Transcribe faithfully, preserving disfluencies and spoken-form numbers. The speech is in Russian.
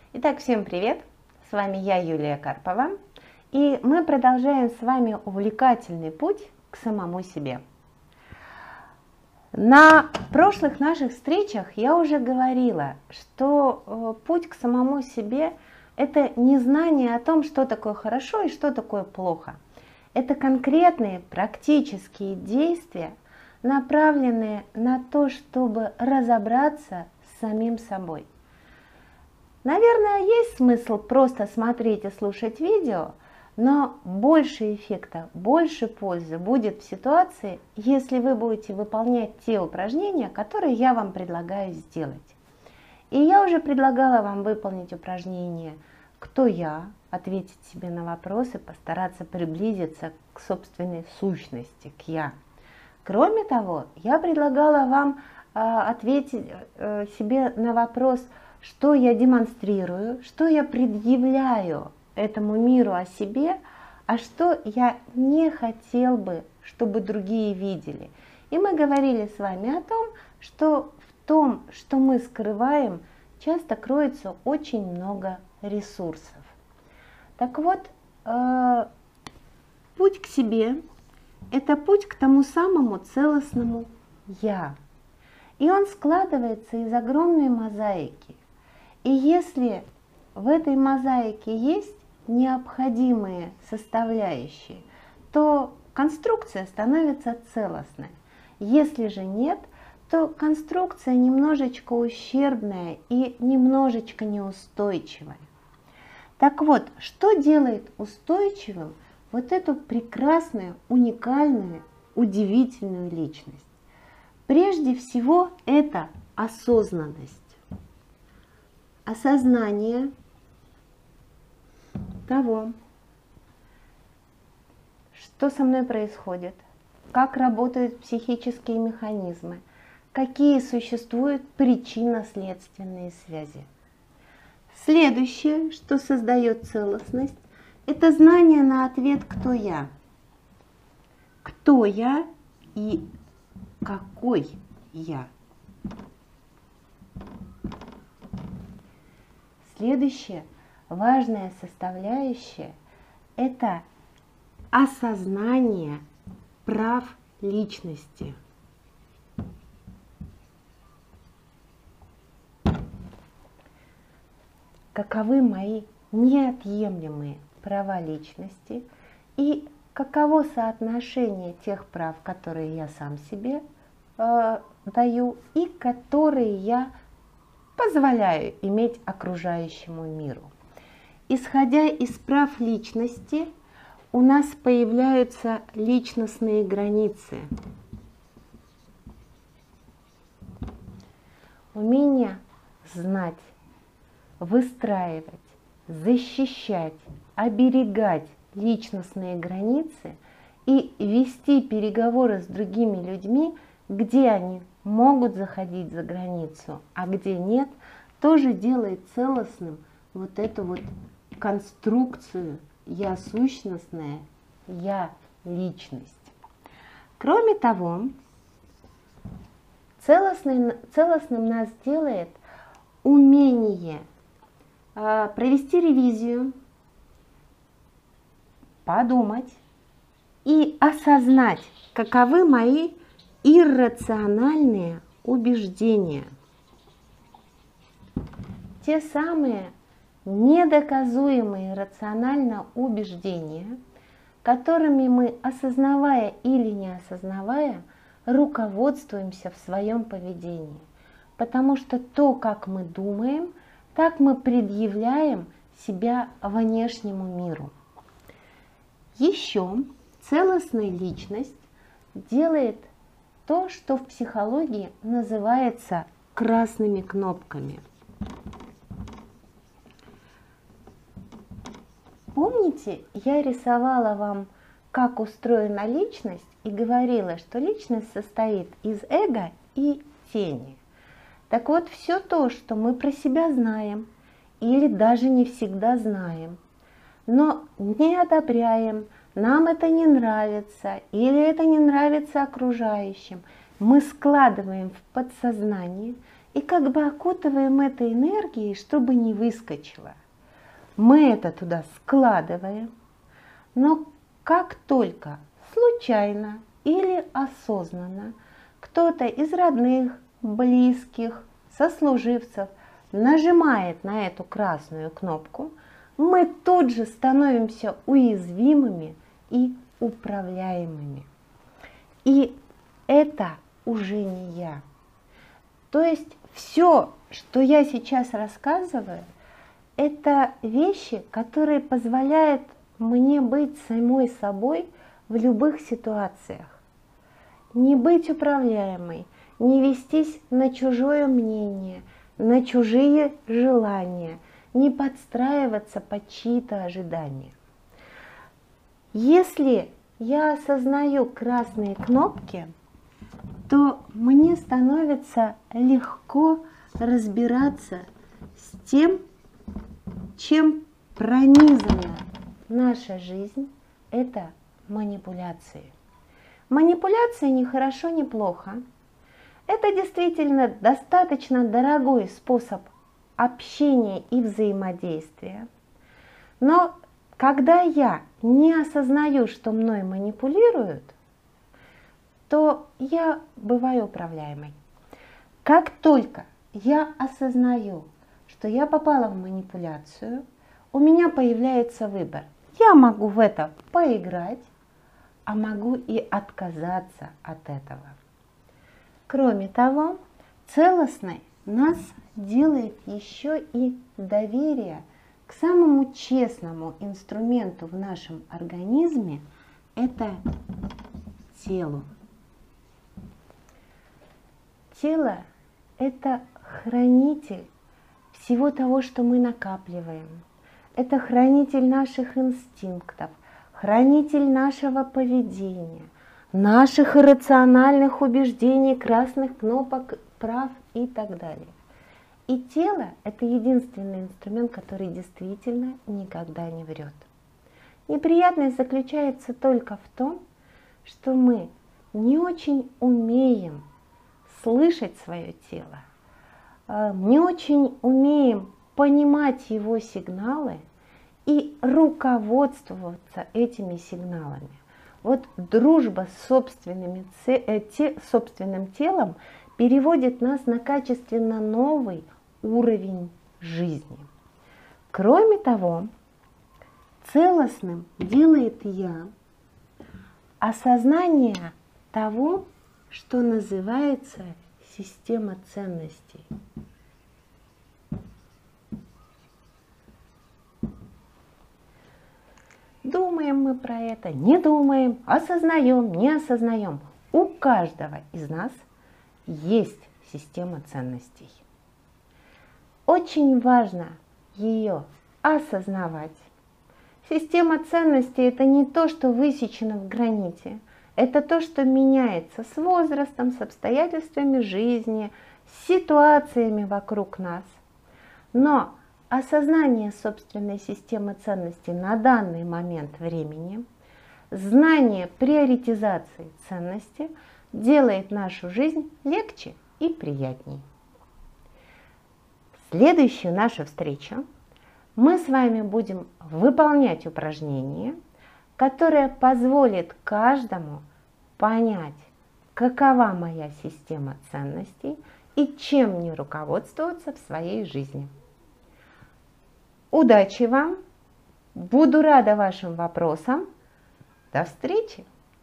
Итак, всем привет! С вами я, Юлия Карпова, и мы продолжаем с вами увлекательный путь к самому себе. На прошлых наших встречах я уже говорила, что путь к самому себе – это не знание о том, что такое хорошо и что такое плохо. Это конкретные практические действия, направленные на то, чтобы разобраться с самим собой. Наверное, есть смысл просто смотреть и слушать видео, но больше эффекта, больше пользы будет в ситуации, если вы будете выполнять те упражнения, которые я вам предлагаю сделать. И я уже предлагала вам выполнить упражнение «Кто я?», ответить себе на вопросы, постараться приблизиться к собственной сущности, к «я». Кроме того, я предлагала вам э, ответить э, себе на вопрос, что я демонстрирую, что я предъявляю этому миру о себе, а что я не хотел бы, чтобы другие видели. И мы говорили с вами о том, что в том, что мы скрываем, часто кроется очень много ресурсов. Так вот, э, путь к себе – это путь к тому самому целостному «я». И он складывается из огромной мозаики. И если в этой мозаике есть необходимые составляющие, то конструкция становится целостной. Если же нет, то конструкция немножечко ущербная и немножечко неустойчивая. Так вот, что делает устойчивым вот эту прекрасную, уникальную, удивительную личность? Прежде всего, это осознанность. Осознание того, что со мной происходит, как работают психические механизмы, какие существуют причинно-следственные связи. Следующее, что создает целостность, это знание на ответ «Кто я?». Кто я и какой я? Следующая важная составляющая – это осознание прав личности. Каковы мои неотъемлемые права личности и каково соотношение тех прав, которые я сам себе э, даю и которые я позволяю иметь окружающему миру. Исходя из прав личности, у нас появляются личностные границы. Умение знать, выстраивать, защищать, оберегать личностные границы и вести переговоры с другими людьми, где они могут заходить за границу, а где нет, тоже делает целостным вот эту вот конструкцию «я сущностная», «я личность». Кроме того, целостным, целостным нас делает умение э, провести ревизию, подумать и осознать, каковы мои иррациональные убеждения. Те самые недоказуемые рационально убеждения, которыми мы, осознавая или не осознавая, руководствуемся в своем поведении. Потому что то, как мы думаем, так мы предъявляем себя внешнему миру. Еще целостная личность делает то, что в психологии называется красными кнопками. Помните, я рисовала вам, как устроена личность, и говорила, что личность состоит из эго и тени. Так вот, все то, что мы про себя знаем, или даже не всегда знаем, но не одобряем, нам это не нравится, или это не нравится окружающим, мы складываем в подсознание и как бы окутываем этой энергией, чтобы не выскочило. Мы это туда складываем, но как только случайно или осознанно кто-то из родных, близких, сослуживцев нажимает на эту красную кнопку, мы тут же становимся уязвимыми и управляемыми. И это уже не я. То есть все, что я сейчас рассказываю, это вещи, которые позволяют мне быть самой собой в любых ситуациях. Не быть управляемой, не вестись на чужое мнение, на чужие желания, не подстраиваться под чьи-то ожидания. Если я осознаю красные кнопки, то мне становится легко разбираться с тем, чем пронизана наша жизнь, это манипуляции. Манипуляции не хорошо, не плохо. Это действительно достаточно дорогой способ общения и взаимодействия. Но когда я не осознаю, что мной манипулируют, то я бываю управляемой. Как только я осознаю, что я попала в манипуляцию, у меня появляется выбор. Я могу в это поиграть, а могу и отказаться от этого. Кроме того, целостной нас делает еще и доверие к самому честному инструменту в нашем организме – это телу. Тело – это хранитель всего того, что мы накапливаем. Это хранитель наших инстинктов, хранитель нашего поведения, наших иррациональных убеждений, красных кнопок, прав и так далее. И тело – это единственный инструмент, который действительно никогда не врет. Неприятность заключается только в том, что мы не очень умеем слышать свое тело, не очень умеем понимать его сигналы и руководствоваться этими сигналами. Вот дружба с собственными, те, собственным телом переводит нас на качественно новый уровень жизни. Кроме того, целостным делает я осознание того, что называется система ценностей. Думаем мы про это, не думаем, осознаем, не осознаем. У каждого из нас есть система ценностей. Очень важно ее осознавать. Система ценностей – это не то, что высечено в граните. Это то, что меняется с возрастом, с обстоятельствами жизни, с ситуациями вокруг нас. Но осознание собственной системы ценностей на данный момент времени, знание приоритизации ценностей делает нашу жизнь легче и приятней. В следующую нашу встречу мы с вами будем выполнять упражнение, которое позволит каждому понять, какова моя система ценностей и чем мне руководствоваться в своей жизни. Удачи вам! Буду рада вашим вопросам. До встречи!